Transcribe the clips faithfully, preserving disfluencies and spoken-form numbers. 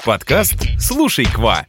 Подкаст «Слушай, Ква».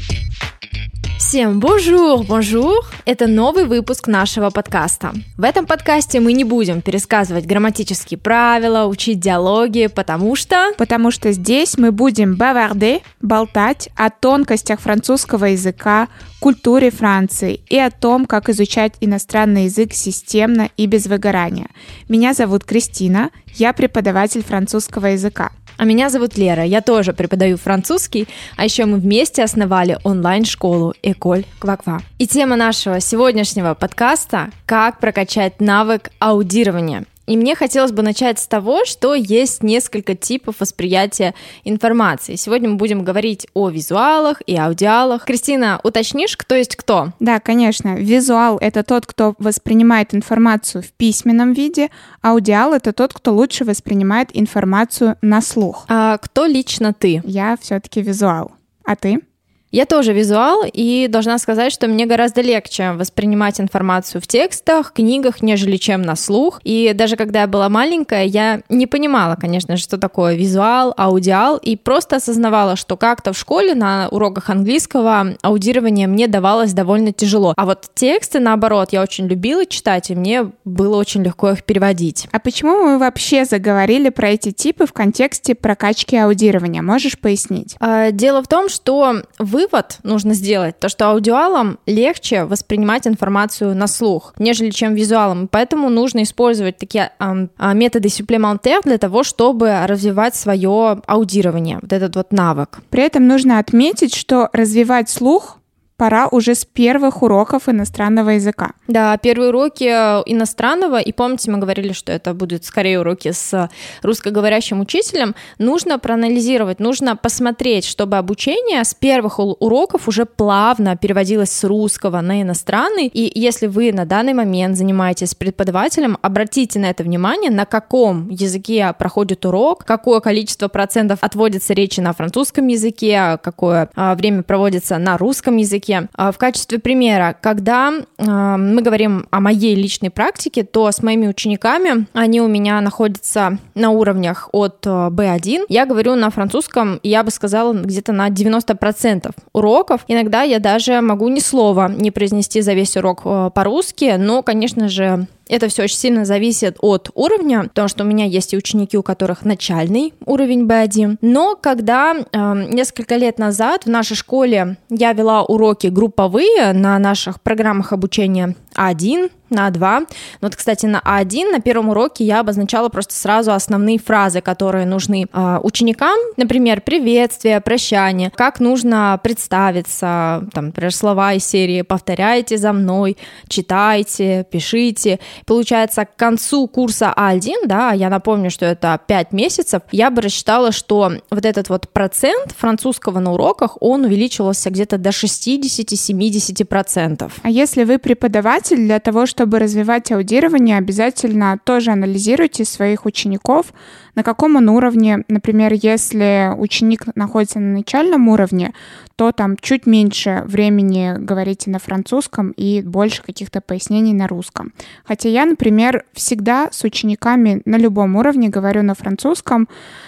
Всем бонжур, бонжур! Это новый выпуск нашего подкаста. В этом подкасте мы не будем пересказывать грамматические правила, учить диалоги, потому что... Потому что здесь мы будем баварде, болтать о тонкостях французского языка, культуре Франции и о том, как изучать иностранный язык системно и без выгорания. Меня зовут Кристина, я преподаватель французского языка. А меня зовут Лера, я тоже преподаю французский, а еще мы вместе основали онлайн-школу École Ква-Ква. И тема нашего сегодняшнего подкаста – как прокачать навык аудирования. И мне хотелось бы начать с того, что есть несколько типов восприятия информации. Сегодня мы будем говорить о визуалах и аудиалах. Кристина, уточнишь, кто есть кто? Да, конечно. Визуал — это тот, кто воспринимает информацию в письменном виде, аудиал — это тот, кто лучше воспринимает информацию на слух. А кто лично ты? Я все-таки визуал. А ты? Я тоже визуал, и должна сказать, что мне гораздо легче воспринимать информацию в текстах, книгах, нежели чем на слух. И даже когда я была маленькая, я не понимала, конечно же, что такое визуал, аудиал, и просто осознавала, что как-то в школе на уроках английского аудирование мне давалось довольно тяжело. А вот тексты, наоборот, я очень любила читать, и мне было очень легко их переводить. А почему мы вообще заговорили про эти типы в контексте прокачки аудирования? Можешь пояснить? Дело в том, что вы Вывод нужно сделать, то что аудиалам легче воспринимать информацию на слух, нежели чем визуалам, и поэтому нужно использовать такие э, методы supplémentaires для того, чтобы развивать свое аудирование, вот этот вот навык. При этом нужно отметить, что развивать слух пора уже с первых уроков иностранного языка. Да, первые уроки иностранного, и помните, мы говорили, что это будут скорее уроки с русскоговорящим учителем, нужно проанализировать, нужно посмотреть, чтобы обучение с первых уроков уже плавно переводилось с русского на иностранный, и если вы на данный момент занимаетесь с преподавателем, обратите на это внимание, на каком языке проходит урок, какое количество процентов отводится речи на французском языке, какое время проводится на русском языке. В качестве примера, когда э, мы говорим о моей личной практике, то с моими учениками, они у меня находятся на уровнях от би один, я говорю на французском, я бы сказала, где-то на девяносто процентов уроков. Иногда я даже могу ни слова не произнести за весь урок э, по-русски, но, конечно же, это все очень сильно зависит от уровня, потому что у меня есть и ученики, у которых начальный уровень би один. Но когда э, несколько лет назад в нашей школе я вела уроки групповые на наших программах обучения а один, на а два. Вот, кстати, на а один на первом уроке я обозначала просто сразу основные фразы, которые нужны э, ученикам. Например, приветствие, прощание, как нужно представиться, там, например, слова из серии «повторяйте за мной», «читайте», «пишите». Получается, к концу курса а один, да, я напомню, что это пять месяцев, я бы рассчитала, что вот этот вот процент французского на уроках, он увеличивался где-то до шестьдесят-семьдесят процентов. А если вы преподаватель, для того, чтобы развивать аудирование, обязательно тоже анализируйте своих учеников, на каком он уровне. Например, если ученик находится на начальном уровне, то там чуть меньше времени говорите на французском и больше каких-то пояснений на русском. Хотя я, например, всегда с учениками на любом уровне говорю на французском.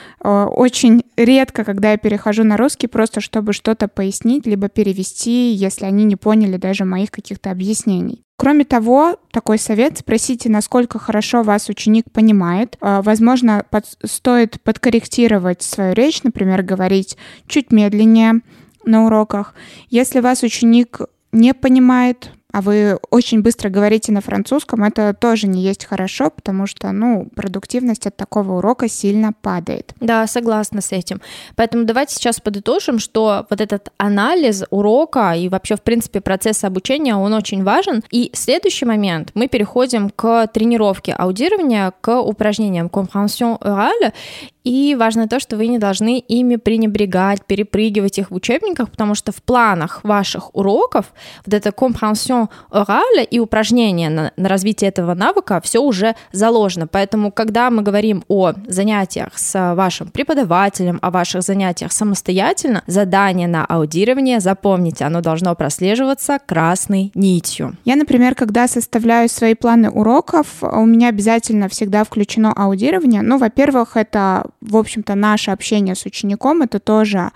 Очень редко, когда я перехожу на русский, просто чтобы что-то пояснить, либо перевести, если они не поняли даже моих каких-то объяснений. Кроме того, такой совет: спросите, насколько хорошо вас ученик понимает. Возможно, под, стоит подкорректировать свою речь, например, говорить чуть медленнее на уроках. Если вас ученик не понимает, а вы очень быстро говорите на французском, это тоже не есть хорошо, потому что, ну, продуктивность от такого урока сильно падает. Да, согласна с этим. Поэтому давайте сейчас подытожим, что вот этот анализ урока и вообще, в принципе, процесс обучения, он очень важен. И следующий момент, мы переходим к тренировке аудирования, к упражнениям compréhension orale. И важно то, что вы не должны ими пренебрегать, перепрыгивать их в учебниках, потому что в планах ваших уроков вот это compréhension orale и упражнения на, на развитие этого навыка все уже заложено. Поэтому, когда мы говорим о занятиях с вашим преподавателем, о ваших занятиях самостоятельно, задание на аудирование, запомните, оно должно прослеживаться красной нитью. Я, например, когда составляю свои планы уроков, у меня обязательно всегда включено аудирование. Ну, во-первых, это в общем-то, наше общение с учеником — это тоже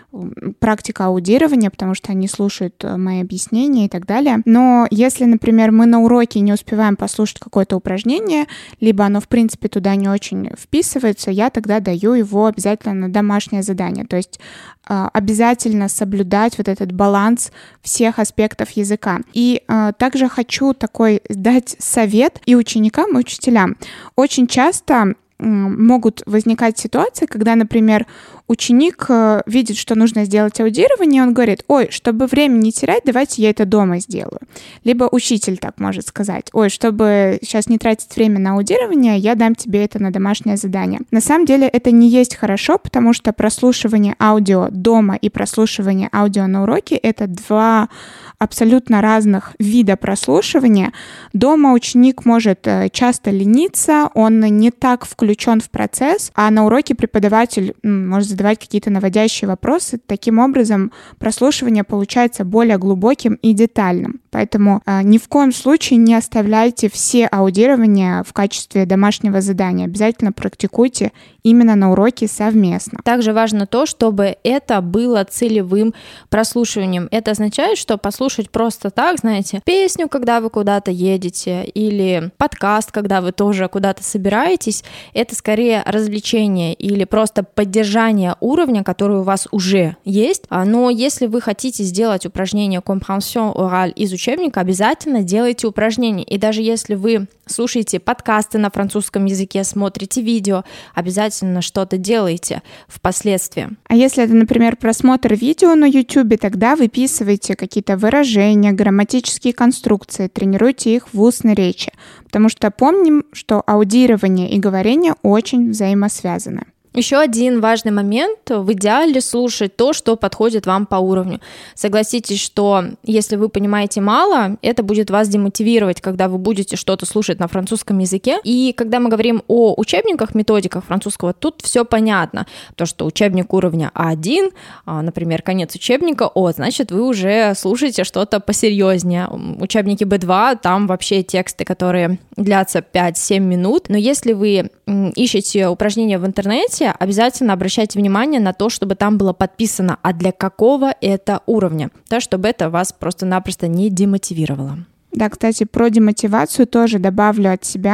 практика аудирования, потому что они слушают мои объяснения и так далее. Но если, например, мы на уроке не успеваем послушать какое-то упражнение, либо оно, в принципе, туда не очень вписывается, я тогда даю его обязательно на домашнее задание. То есть обязательно соблюдать вот этот баланс всех аспектов языка. И э, также хочу такой дать совет и ученикам, и учителям. Очень часто могут возникать ситуации, когда, например, ученик видит, что нужно сделать аудирование, он говорит: ой, чтобы время не терять, давайте я это дома сделаю. Либо учитель так может сказать: ой, чтобы сейчас не тратить время на аудирование, я дам тебе это на домашнее задание. На самом деле это не есть хорошо, потому что прослушивание аудио дома и прослушивание аудио на уроке — это два абсолютно разных вида прослушивания. Дома ученик может часто лениться, он не так включен в процесс, а на уроке преподаватель может задавать какие-то наводящие вопросы. Таким образом, прослушивание получается более глубоким и детальным. Поэтому э, ни в коем случае не оставляйте все аудирования в качестве домашнего задания. Обязательно практикуйте именно на уроке совместно. Также важно то, чтобы это было целевым прослушиванием. Это означает, что послушать просто так, знаете, песню, когда вы куда-то едете, или подкаст, когда вы тоже куда-то собираетесь, это скорее развлечение или просто поддержание уровня, который у вас уже есть. Но если вы хотите сделать упражнение compréhension orale из учебника, обязательно делайте упражнения. И даже если вы слушаете подкасты на французском языке, смотрите видео, обязательно что-то делайте впоследствии. А если это, например, просмотр видео на YouTube, тогда выписывайте какие-то выражения, грамматические конструкции, тренируйте их в устной речи. Потому что помним, что аудирование и говорение очень взаимосвязаны. Еще один важный момент: в идеале слушать то, что подходит вам по уровню. Согласитесь, что если вы понимаете мало, это будет вас демотивировать, когда вы будете что-то слушать на французском языке. И когда мы говорим о учебниках, методиках французского, тут все понятно. То, что учебник уровня А один, например, конец учебника, о, значит, вы уже слушаете что-то посерьезнее. Учебники Бэ два, там вообще тексты, которые длятся пять-семь минут. Но если вы ищете упражнения в интернете, обязательно обращайте внимание на то, чтобы там было подписано, а для какого это уровня, да, чтобы это вас просто-напросто не демотивировало. Да, кстати, про демотивацию тоже добавлю от себя.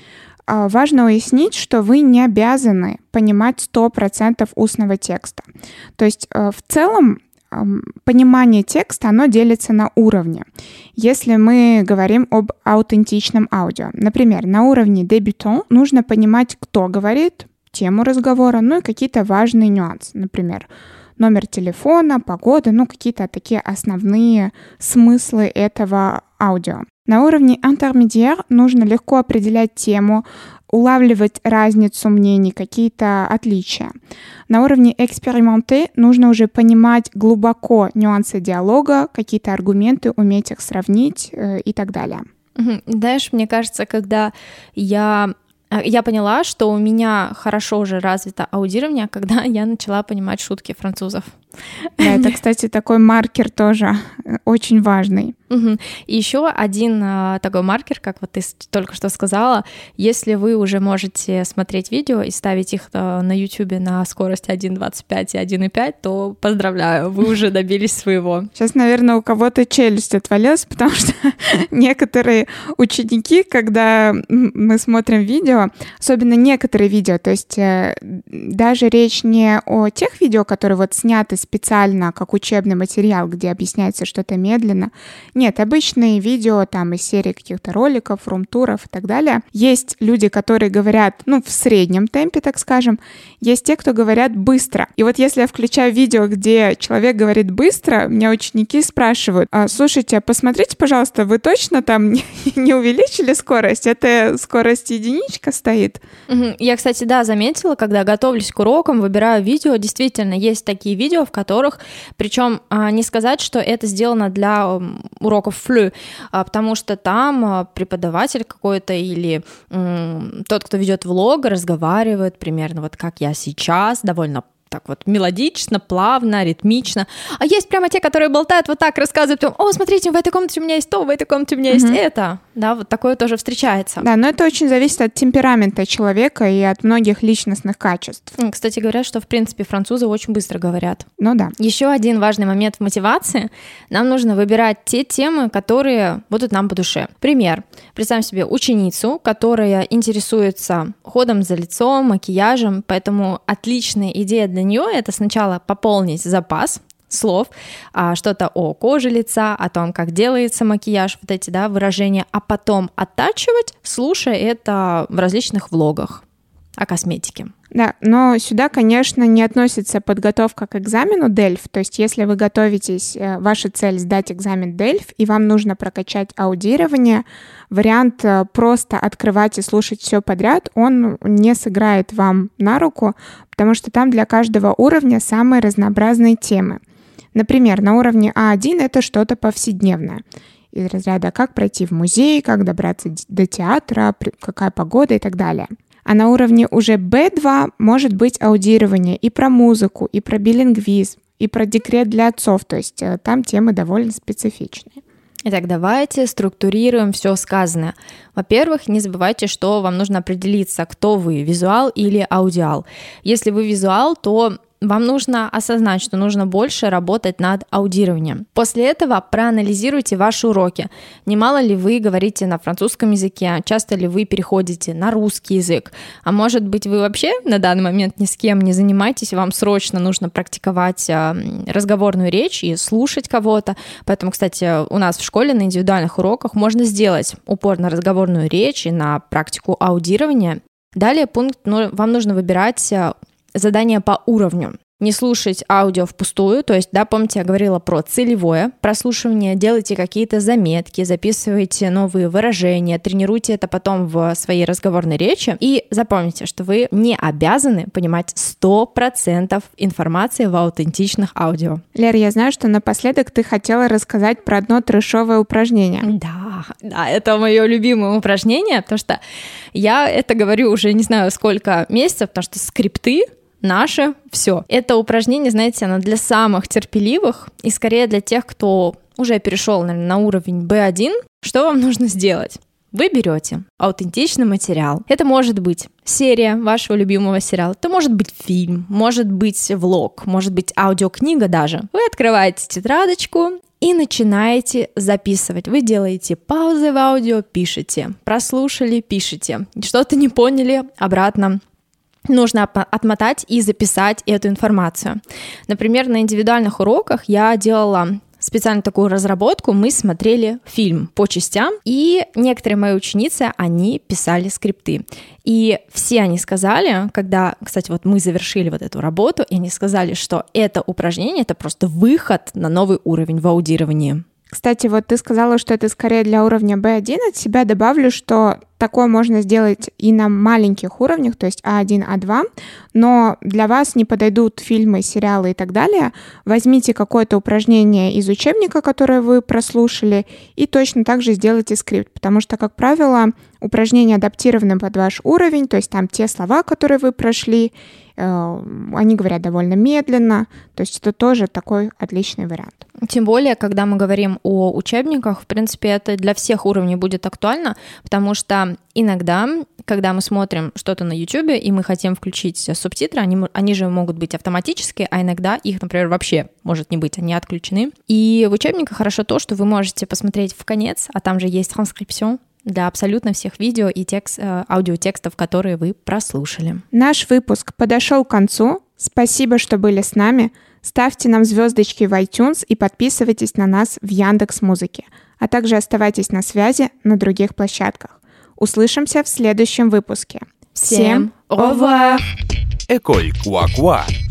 Важно уяснить, что вы не обязаны понимать сто процентов устного текста. То есть в целом понимание текста, оно делится на уровни. Если мы говорим об аутентичном аудио, например, на уровне дебютант нужно понимать, кто говорит, тему разговора, ну и какие-то важные нюансы, например, номер телефона, погода, ну какие-то такие основные смыслы этого аудио. На уровне интермедиар нужно легко определять тему, улавливать разницу мнений, какие-то отличия. На уровне эксперименте нужно уже понимать глубоко нюансы диалога, какие-то аргументы, уметь их сравнить э, и так далее. Знаешь, мне кажется, когда я... Я поняла, что у меня хорошо уже развито аудирование, когда я начала понимать шутки французов. Да, это, кстати, такой маркер тоже очень важный. Угу. И еще один а, такой маркер, как вот ты только что сказала, если вы уже можете смотреть видео и ставить их а, на YouTube на скорость один двадцать пять и один и пять, то поздравляю, вы уже добились своего. Сейчас, наверное, у кого-то челюсть отвалилась, потому что некоторые ученики, когда мы смотрим видео, особенно некоторые видео, то есть э, даже речь не о тех видео, которые вот сняты специально как учебный материал, где объясняется что-то медленно. Нет, обычные видео там из серии каких-то роликов, рум-туров и так далее. Есть люди, которые говорят, ну, в среднем темпе, так скажем. Есть те, кто говорят быстро. И вот если я включаю видео, где человек говорит быстро, меня ученики спрашивают: а, слушайте, посмотрите, пожалуйста, вы точно там не, не увеличили скорость? Это скорость единичка стоит? Я, кстати, да, заметила, когда готовлюсь к урокам, выбираю видео, действительно, есть такие видео, в которых, причем не сказать, что это сделано для уроков флю, потому что там преподаватель какой-то или м, тот, кто ведет влог, разговаривает примерно вот как я сейчас, довольно так вот мелодично, плавно, ритмично. А есть прямо те, которые болтают вот так, рассказывают, прям, о, смотрите, в этой комнате у меня есть то, в этой комнате у меня есть mm-hmm. это. Да, вот такое тоже встречается. Да, но это очень зависит от темперамента человека и от многих личностных качеств. Кстати, говорят, что, в принципе, французы очень быстро говорят. Ну да. Еще один важный момент в мотивации. Нам нужно выбирать те темы, которые будут нам по душе. Пример. Представим себе ученицу, которая интересуется уходом за лицом, макияжем, поэтому отличная идея для нее — это сначала пополнить запас слов, что-то о коже лица, о том, как делается макияж, вот эти, да, выражения, а потом оттачивать, слушая это в различных влогах о косметике. Да, но сюда, конечно, не относится подготовка к экзамену дельф. То есть если вы готовитесь, ваша цель сдать экзамен дельф, и вам нужно прокачать аудирование, вариант просто открывать и слушать все подряд, он не сыграет вам на руку, потому что там для каждого уровня самые разнообразные темы. Например, на уровне а один это что-то повседневное. Из разряда «как пройти в музей», «как добраться до театра», «какая погода» и так далее. А на уровне уже бэ два может быть аудирование и про музыку, и про билингвизм, и про декрет для отцов, то есть там темы довольно специфичные. Итак, давайте структурируем все сказанное. Во-первых, не забывайте, что вам нужно определиться, кто вы, визуал или аудиал. Если вы визуал, то вам нужно осознать, что нужно больше работать над аудированием. После этого проанализируйте ваши уроки. Немало ли вы говорите на французском языке, часто ли вы переходите на русский язык, а может быть вы вообще на данный момент ни с кем не занимаетесь, вам срочно нужно практиковать разговорную речь и слушать кого-то. Поэтому, кстати, у нас в школе на индивидуальных уроках можно сделать упор на разговорную речь и на практику аудирования. Далее пункт, ну, вам нужно выбирать задание по уровню. Не слушать аудио впустую, то есть, да, помните, я говорила про целевое прослушивание, делайте какие-то заметки, записывайте новые выражения, тренируйте это потом в своей разговорной речи и запомните, что вы не обязаны понимать сто процентов информации в аутентичных аудио. Лер, я знаю, что напоследок ты хотела рассказать про одно трэшовое упражнение. Да, да, это мое любимое упражнение, потому что я это говорю уже не знаю сколько месяцев, потому что скрипты наше все. Это упражнение, знаете, оно для самых терпеливых и скорее для тех, кто уже перешел, наверное, на уровень бэ один. Что вам нужно сделать? Вы берете аутентичный материал. Это может быть серия вашего любимого сериала, это может быть фильм, может быть влог, может быть аудиокнига даже. Вы открываете тетрадочку и начинаете записывать. Вы делаете паузы в аудио, пишете. Прослушали, пишете. Что-то не поняли, обратно. Нужно отмотать и записать эту информацию. Например, на индивидуальных уроках я делала специально такую разработку, мы смотрели фильм по частям, и некоторые мои ученицы, они писали скрипты. И все они сказали, когда, кстати, вот мы завершили вот эту работу, и они сказали, что это упражнение — это просто выход на новый уровень в аудировании. Кстати, вот ты сказала, что это скорее для уровня бэ один. От себя добавлю, что такое можно сделать и на маленьких уровнях, то есть а один, а два, но для вас не подойдут фильмы, сериалы и так далее. Возьмите какое-то упражнение из учебника, которое вы прослушали, и точно так же сделайте скрипт, потому что, как правило, упражнения адаптированы под ваш уровень, то есть там те слова, которые вы прошли, они говорят довольно медленно, то есть это тоже такой отличный вариант. Тем более, когда мы говорим о учебниках, в принципе, это для всех уровней будет актуально, потому что иногда, когда мы смотрим что-то на YouTube, и мы хотим включить субтитры, они, они же могут быть автоматические, а иногда их, например, вообще может не быть, они отключены. И в учебниках хорошо то, что вы можете посмотреть в конец, а там же есть транскрипция для абсолютно всех видео и текст, аудиотекстов, которые вы прослушали. Наш выпуск подошел к концу. Спасибо, что были с нами. Ставьте нам звездочки в iTunes и подписывайтесь на нас в Яндекс.Музыке, а также оставайтесь на связи на других площадках. Услышимся в следующем выпуске. Всем au revoir! École Quoi Quoi.